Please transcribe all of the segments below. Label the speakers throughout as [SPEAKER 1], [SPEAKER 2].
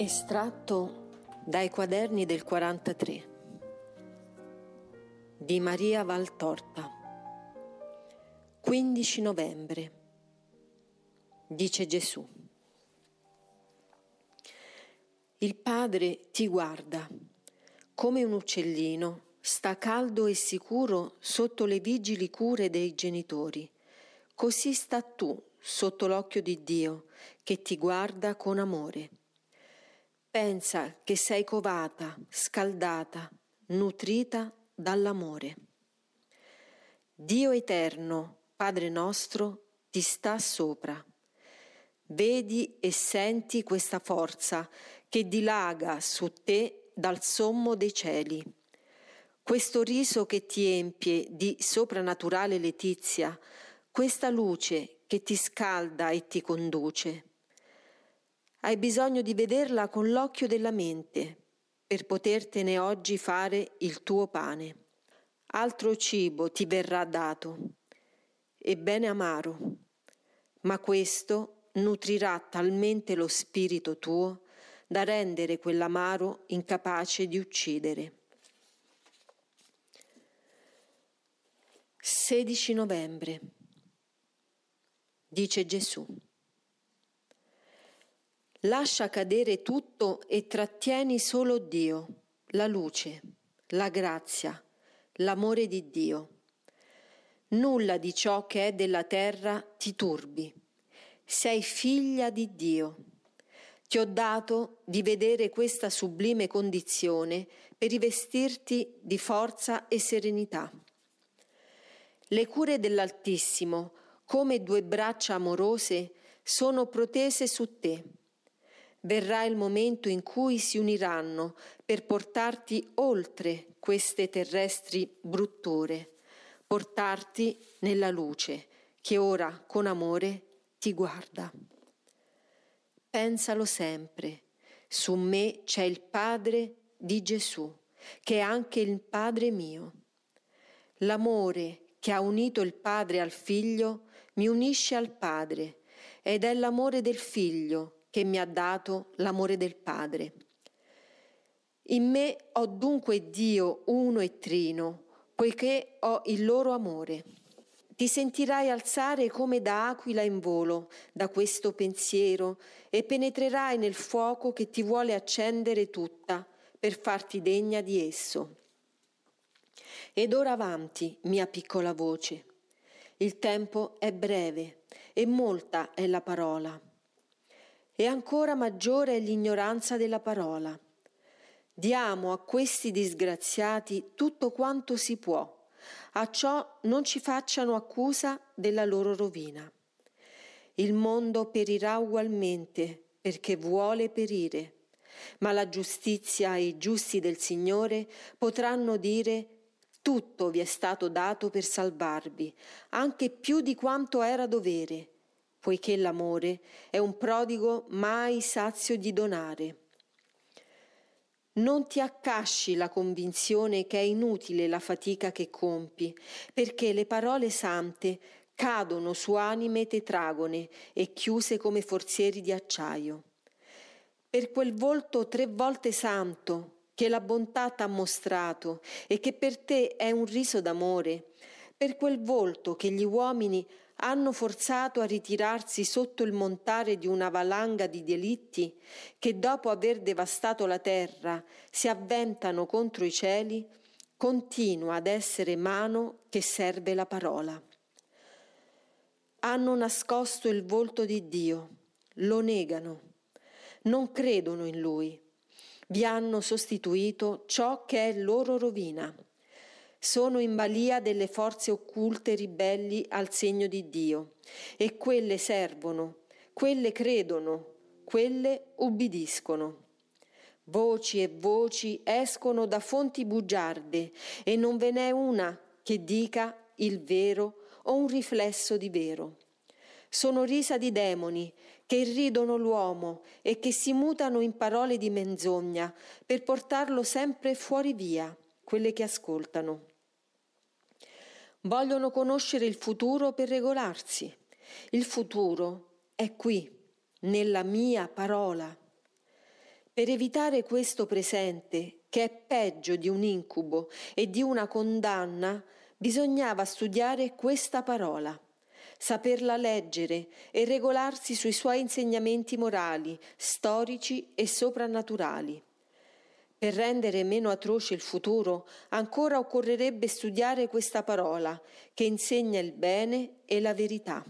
[SPEAKER 1] Estratto dai quaderni del 43 di Maria Valtorta. 15 novembre. Dice Gesù: il Padre ti guarda, come un uccellino sta caldo e sicuro sotto le vigili cure dei genitori. Così sta tu sotto l'occhio di Dio, che ti guarda con amore. Pensa che sei covata, scaldata, nutrita dall'amore. Dio eterno, Padre nostro, ti sta sopra. Vedi e senti questa forza che dilaga su te dal sommo dei cieli. Questo riso che ti empie di soprannaturale letizia, questa luce che ti scalda e ti conduce. Hai bisogno di vederla con l'occhio della mente per potertene oggi fare il tuo pane. Altro cibo ti verrà dato, ebbene amaro, ma questo nutrirà talmente lo spirito tuo da rendere quell'amaro incapace di uccidere. 16 novembre. Dice Gesù: lascia cadere tutto e trattieni solo Dio, la luce, la grazia, l'amore di Dio. Nulla di ciò che è della terra ti turbi. Sei figlia di Dio. Ti ho dato di vedere questa sublime condizione per rivestirti di forza e serenità. Le cure dell'Altissimo, come due braccia amorose, sono protese su te. Verrà il momento in cui si uniranno per portarti oltre queste terrestri brutture, portarti nella luce che ora con amore ti guarda. Pensalo sempre, su me c'è il Padre di Gesù, che è anche il Padre mio. L'amore che ha unito il Padre al Figlio mi unisce al Padre, ed è l'amore del Figlio che mi ha dato l'amore del Padre. In me ho dunque Dio uno e trino, poiché ho il loro amore. Ti sentirai alzare come da aquila in volo da questo pensiero e penetrerai nel fuoco che ti vuole accendere tutta per farti degna di esso. Ed ora avanti, mia piccola voce. Il tempo è breve e molta è la parola. E ancora maggiore è l'ignoranza della parola. Diamo a questi disgraziati tutto quanto si può, a ciò non ci facciano accusa della loro rovina. Il mondo perirà ugualmente perché vuole perire, ma la giustizia e i giusti del Signore potranno dire: tutto vi è stato dato per salvarvi, anche più di quanto era dovere, poiché l'amore è un prodigo mai sazio di donare. Non ti accasci la convinzione che è inutile la fatica che compi, perché le parole sante cadono su anime tetragone e chiuse come forzieri di acciaio. Per quel volto 3 volte santo che la bontà t'ha mostrato e che per te è un riso d'amore, per quel volto che gli uomini hanno forzato a ritirarsi sotto il montare di una valanga di delitti che dopo aver devastato la terra si avventano contro i cieli, continua ad essere mano che serve la parola. Hanno nascosto il volto di Dio, lo negano, non credono in Lui, vi hanno sostituito ciò che è loro rovina. Sono in balia delle forze occulte ribelli al segno di Dio, e quelle servono, quelle credono, quelle ubbidiscono. Voci e voci escono da fonti bugiarde e non ve n'è una che dica il vero o un riflesso di vero. Sono risa di demoni che irridono l'uomo e che si mutano in parole di menzogna per portarlo sempre fuori via, quelle che ascoltano. Vogliono conoscere il futuro per regolarsi. Il futuro è qui, nella mia parola. Per evitare questo presente, che è peggio di un incubo e di una condanna, bisognava studiare questa parola, saperla leggere e regolarsi sui suoi insegnamenti morali, storici e soprannaturali. Per rendere meno atroce il futuro, ancora occorrerebbe studiare questa parola, che insegna il bene e la verità.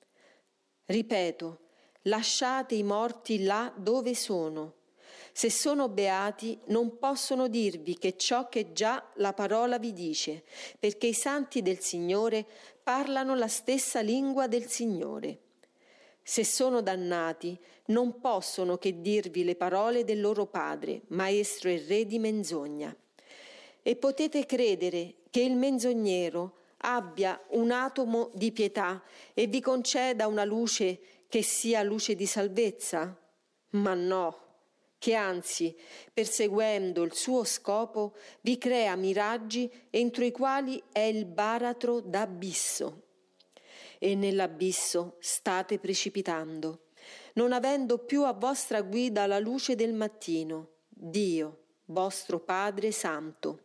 [SPEAKER 1] Ripeto, lasciate i morti là dove sono. Se sono beati, non possono dirvi che ciò che già la parola vi dice, perché i santi del Signore parlano la stessa lingua del Signore. Se sono dannati, non possono che dirvi le parole del loro padre, maestro e re di menzogna. E potete credere che il menzognero abbia un atomo di pietà e vi conceda una luce che sia luce di salvezza? Ma no, che anzi, perseguendo il suo scopo, vi crea miraggi entro i quali è il baratro d'abisso. E nell'abisso state precipitando, non avendo più a vostra guida la luce del mattino, Dio, vostro Padre Santo.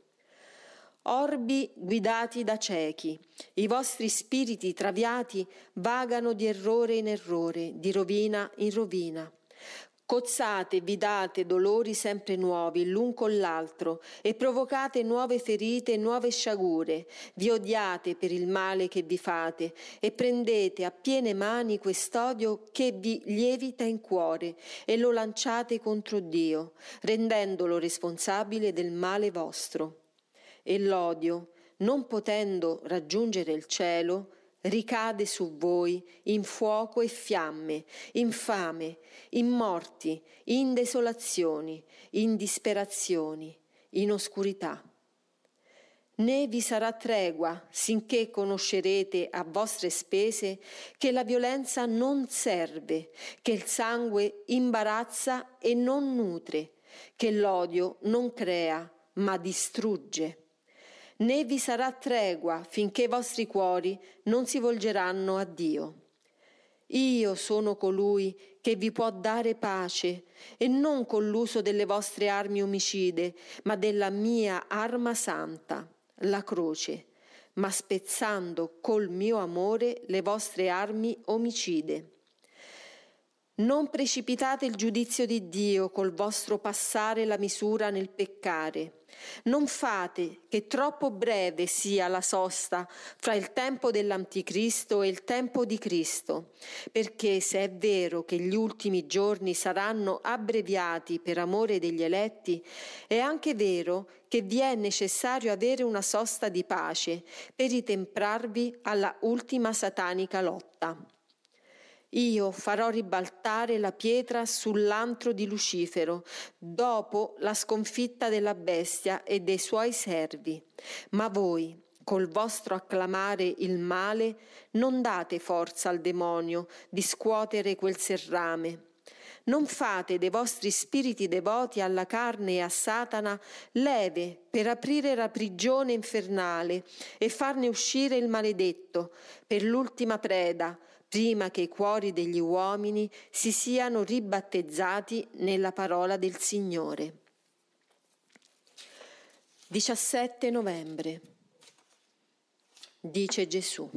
[SPEAKER 1] Orbi guidati da ciechi, i vostri spiriti traviati vagano di errore in errore, di rovina in rovina. Cozzate e vi date dolori sempre nuovi l'un con l'altro e provocate nuove ferite e nuove sciagure. Vi odiate per il male che vi fate e prendete a piene mani quest'odio che vi lievita in cuore e lo lanciate contro Dio, rendendolo responsabile del male vostro. E l'odio, non potendo raggiungere il cielo, ricade su voi in fuoco e fiamme, in fame, in morti, in desolazioni, in disperazioni, in oscurità. Né vi sarà tregua sinché conoscerete a vostre spese che la violenza non serve, che il sangue imbarazza e non nutre, che l'odio non crea ma distrugge. Né vi sarà tregua finché i vostri cuori non si volgeranno a Dio. Io sono colui che vi può dare pace, e non con l'uso delle vostre armi omicide, ma della mia arma santa, la croce, ma spezzando col mio amore le vostre armi omicide. Non precipitate il giudizio di Dio col vostro passare la misura nel peccare. Non fate che troppo breve sia la sosta fra il tempo dell'Anticristo e il tempo di Cristo, perché se è vero che gli ultimi giorni saranno abbreviati per amore degli eletti, è anche vero che vi è necessario avere una sosta di pace per ritemprarvi alla ultima satanica lotta. Io farò ribaltare la pietra sull'antro di Lucifero, dopo la sconfitta della bestia e dei suoi servi. Ma voi, col vostro acclamare il male, non date forza al demonio di scuotere quel serrame. Non fate dei vostri spiriti devoti alla carne e a Satana leve per aprire la prigione infernale e farne uscire il maledetto per l'ultima preda, prima che i cuori degli uomini si siano ribattezzati nella parola del Signore. 17 novembre. Dice Gesù: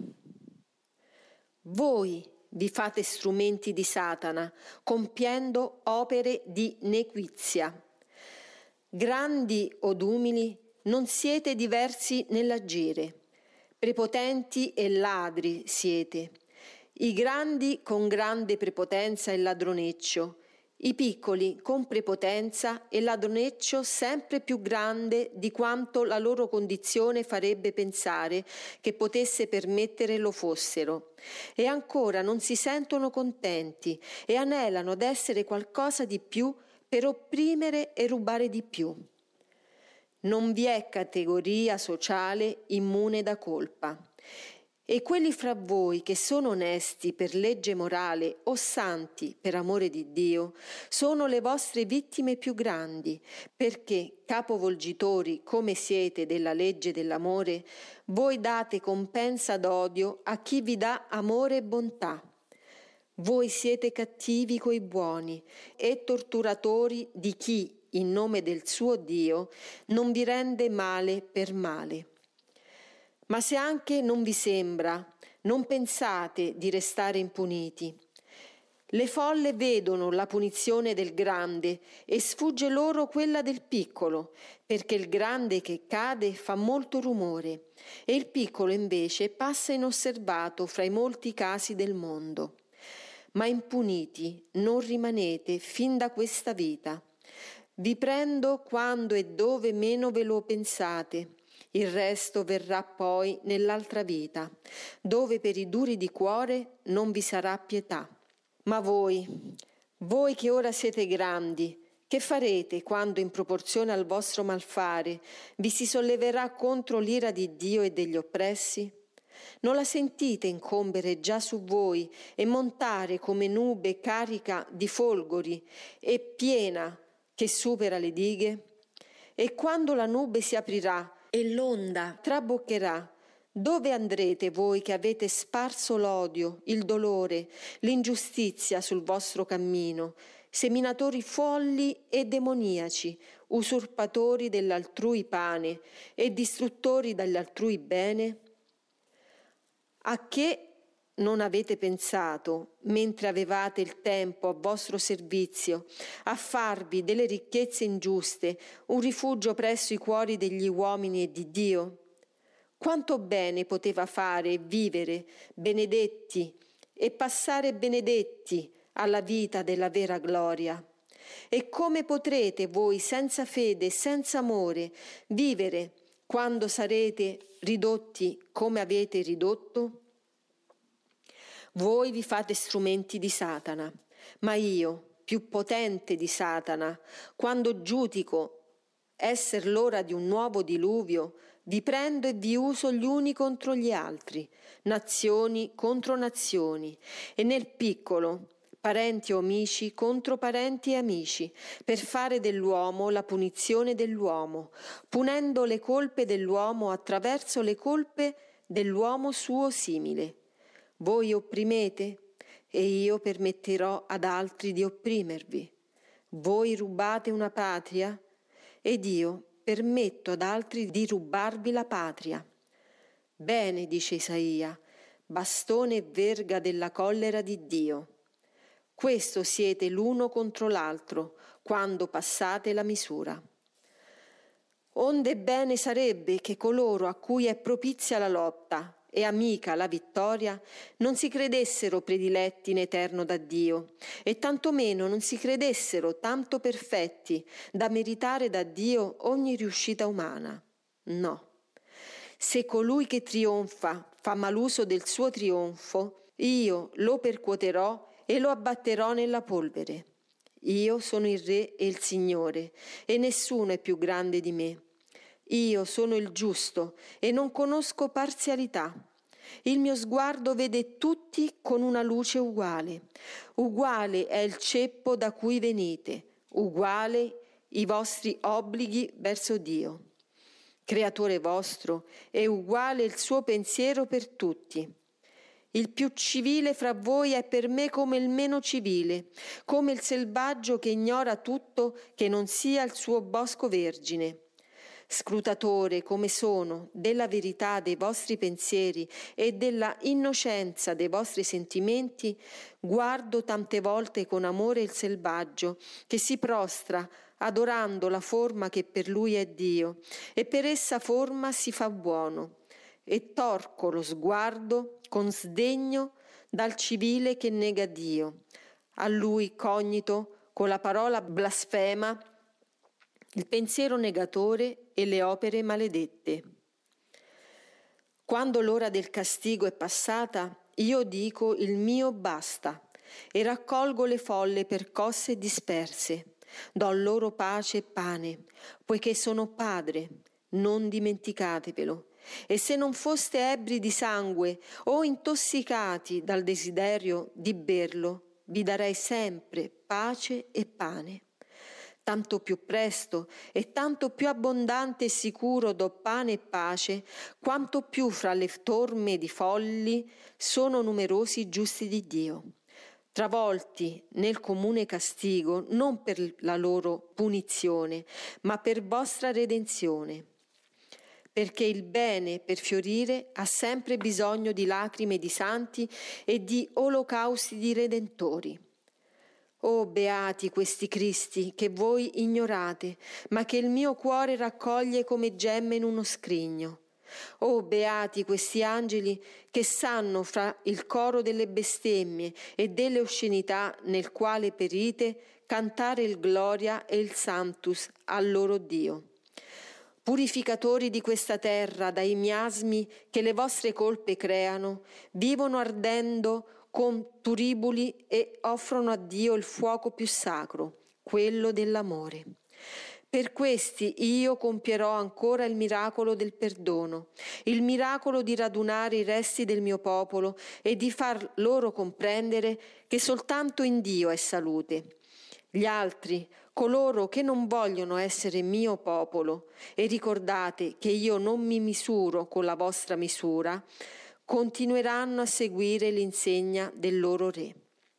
[SPEAKER 1] voi vi fate strumenti di Satana, compiendo opere di nequizia. Grandi od umili, non siete diversi nell'agire. Prepotenti e ladri siete. I grandi con grande prepotenza e ladroneccio, i piccoli con prepotenza e ladroneccio sempre più grande di quanto la loro condizione farebbe pensare che potesse permettere lo fossero. E ancora non si sentono contenti e anelano ad essere qualcosa di più per opprimere e rubare di più. Non vi è categoria sociale immune da colpa. E quelli fra voi che sono onesti per legge morale o santi per amore di Dio sono le vostre vittime più grandi, perché, capovolgitori come siete della legge dell'amore, voi date compensa d'odio a chi vi dà amore e bontà. Voi siete cattivi coi buoni e torturatori di chi, in nome del suo Dio, non vi rende male per male. Ma se anche non vi sembra, non pensate di restare impuniti. Le folle vedono la punizione del grande e sfugge loro quella del piccolo, perché il grande che cade fa molto rumore e il piccolo invece passa inosservato fra i molti casi del mondo. Ma impuniti non rimanete fin da questa vita. Vi prendo quando e dove meno ve lo pensate. Il resto verrà poi nell'altra vita, dove per i duri di cuore non vi sarà pietà. Ma voi che ora siete grandi, che farete quando in proporzione al vostro malfare vi si solleverà contro l'ira di Dio e degli oppressi? Non la sentite incombere già su voi e montare come nube carica di folgori e piena che supera le dighe? E quando la nube si aprirà e l'onda traboccherà, dove andrete voi che avete sparso l'odio, il dolore, l'ingiustizia sul vostro cammino, seminatori folli e demoniaci, usurpatori dell'altrui pane e distruttori dell'altrui bene? A che non avete pensato, mentre avevate il tempo a vostro servizio, a farvi delle ricchezze ingiuste un rifugio presso i cuori degli uomini e di Dio? Quanto bene poteva fare e vivere benedetti e passare benedetti alla vita della vera gloria? E come potrete voi senza fede e senza amore vivere quando sarete ridotti come avete ridotto? Voi vi fate strumenti di Satana, ma io, più potente di Satana, quando giudico esser l'ora di un nuovo diluvio, vi prendo e vi uso gli uni contro gli altri, nazioni contro nazioni, e nel piccolo, parenti o amici contro parenti e amici, per fare dell'uomo la punizione dell'uomo, punendo le colpe dell'uomo attraverso le colpe dell'uomo suo simile. Voi opprimete e io permetterò ad altri di opprimervi. Voi rubate una patria ed io permetto ad altri di rubarvi la patria. Bene, dice Isaia, bastone e verga della collera di Dio. Questo siete l'uno contro l'altro quando passate la misura. Onde bene sarebbe che coloro a cui è propizia la lotta e amica la vittoria non si credessero prediletti in eterno da Dio e tantomeno non si credessero tanto perfetti da meritare da Dio ogni riuscita umana. No. Se colui che trionfa fa maluso del suo trionfo, io lo percuoterò e lo abbatterò nella polvere. Io sono il Re e il Signore, e nessuno è più grande di me. Io sono il giusto e non conosco parzialità. Il mio sguardo vede tutti con una luce uguale. Uguale è il ceppo da cui venite, uguale i vostri obblighi verso Dio. Creatore vostro, è uguale il suo pensiero per tutti. Il più civile fra voi è per me come il meno civile, come il selvaggio che ignora tutto che non sia il suo bosco vergine. Scrutatore come sono della verità dei vostri pensieri e della innocenza dei vostri sentimenti, guardo tante volte con amore il selvaggio che si prostra adorando la forma che per lui è Dio e per essa forma si fa buono, e torco lo sguardo con sdegno dal civile che nega Dio, a lui cognito con la parola blasfema il pensiero negatore e le opere maledette. Quando l'ora del castigo è passata, io dico il mio basta e raccolgo le folle percosse e disperse, do loro pace e pane, poiché sono padre, non dimenticatevelo. E se non foste ebbri di sangue o intossicati dal desiderio di berlo, vi darei sempre pace e pane. Tanto più presto e tanto più abbondante e sicuro do pane e pace, quanto più fra le torme di folli sono numerosi i giusti di Dio. travolti nel comune castigo non per la loro punizione, ma per vostra redenzione. Perché il bene per fiorire ha sempre bisogno di lacrime di santi e di olocausti di redentori. Oh, beati questi Cristi che voi ignorate, ma che il mio cuore raccoglie come gemme in uno scrigno. Oh, beati questi angeli che sanno fra il coro delle bestemmie e delle oscenità nel quale perite cantare il gloria e il sanctus al loro Dio. Purificatori di questa terra dai miasmi che le vostre colpe creano, vivono ardendo con turibuli e offrono a Dio il fuoco più sacro, quello dell'amore. Per questi io compierò ancora il miracolo del perdono, il miracolo di radunare i resti del mio popolo e di far loro comprendere che soltanto in Dio è salute. Gli altri, coloro che non vogliono essere mio popolo, e ricordate che io non mi misuro con la vostra misura, continueranno a seguire l'insegna del loro re.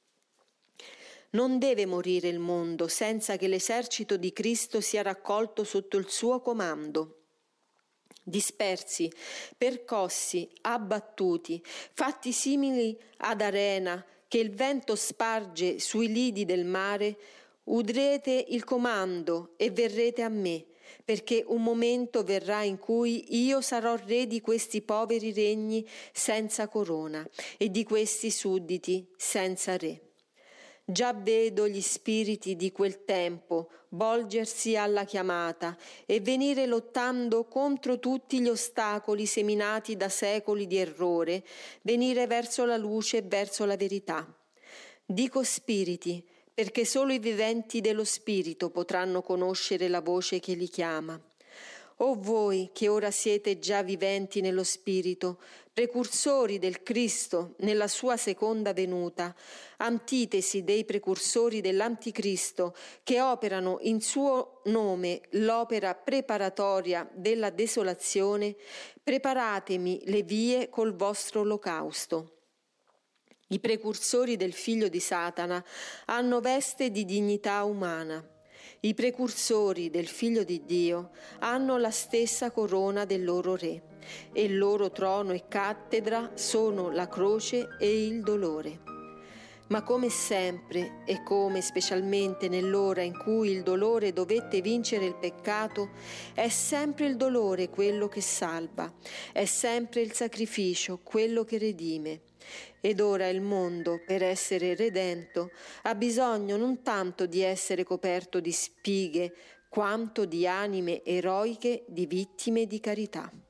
[SPEAKER 1] Non deve morire il mondo senza che l'esercito di Cristo sia raccolto sotto il suo comando. Dispersi, percossi, abbattuti, fatti simili ad arena che il vento sparge sui lidi del mare, udrete il comando e verrete a me, perché un momento verrà in cui io sarò re di questi poveri regni senza corona e di questi sudditi senza re. Già vedo gli spiriti di quel tempo volgersi alla chiamata e venire lottando contro tutti gli ostacoli seminati da secoli di errore, venire verso la luce e verso la verità. Dico spiriti, perché solo i viventi dello Spirito potranno conoscere la voce che li chiama. O voi che ora siete già viventi nello Spirito, precursori del Cristo nella sua seconda venuta, antitesi dei precursori dell'Anticristo che operano in suo nome l'opera preparatoria della desolazione, preparatemi le vie col vostro olocausto. I precursori del figlio di Satana hanno veste di dignità umana. I precursori del figlio di Dio hanno la stessa corona del loro re, e il loro trono e cattedra sono la croce e il dolore. Ma come sempre e come specialmente nell'ora in cui il dolore dovette vincere il peccato, è sempre il dolore quello che salva, è sempre il sacrificio quello che redime. Ed ora il mondo, per essere redento, ha bisogno non tanto di essere coperto di spighe, quanto di anime eroiche di vittime di carità.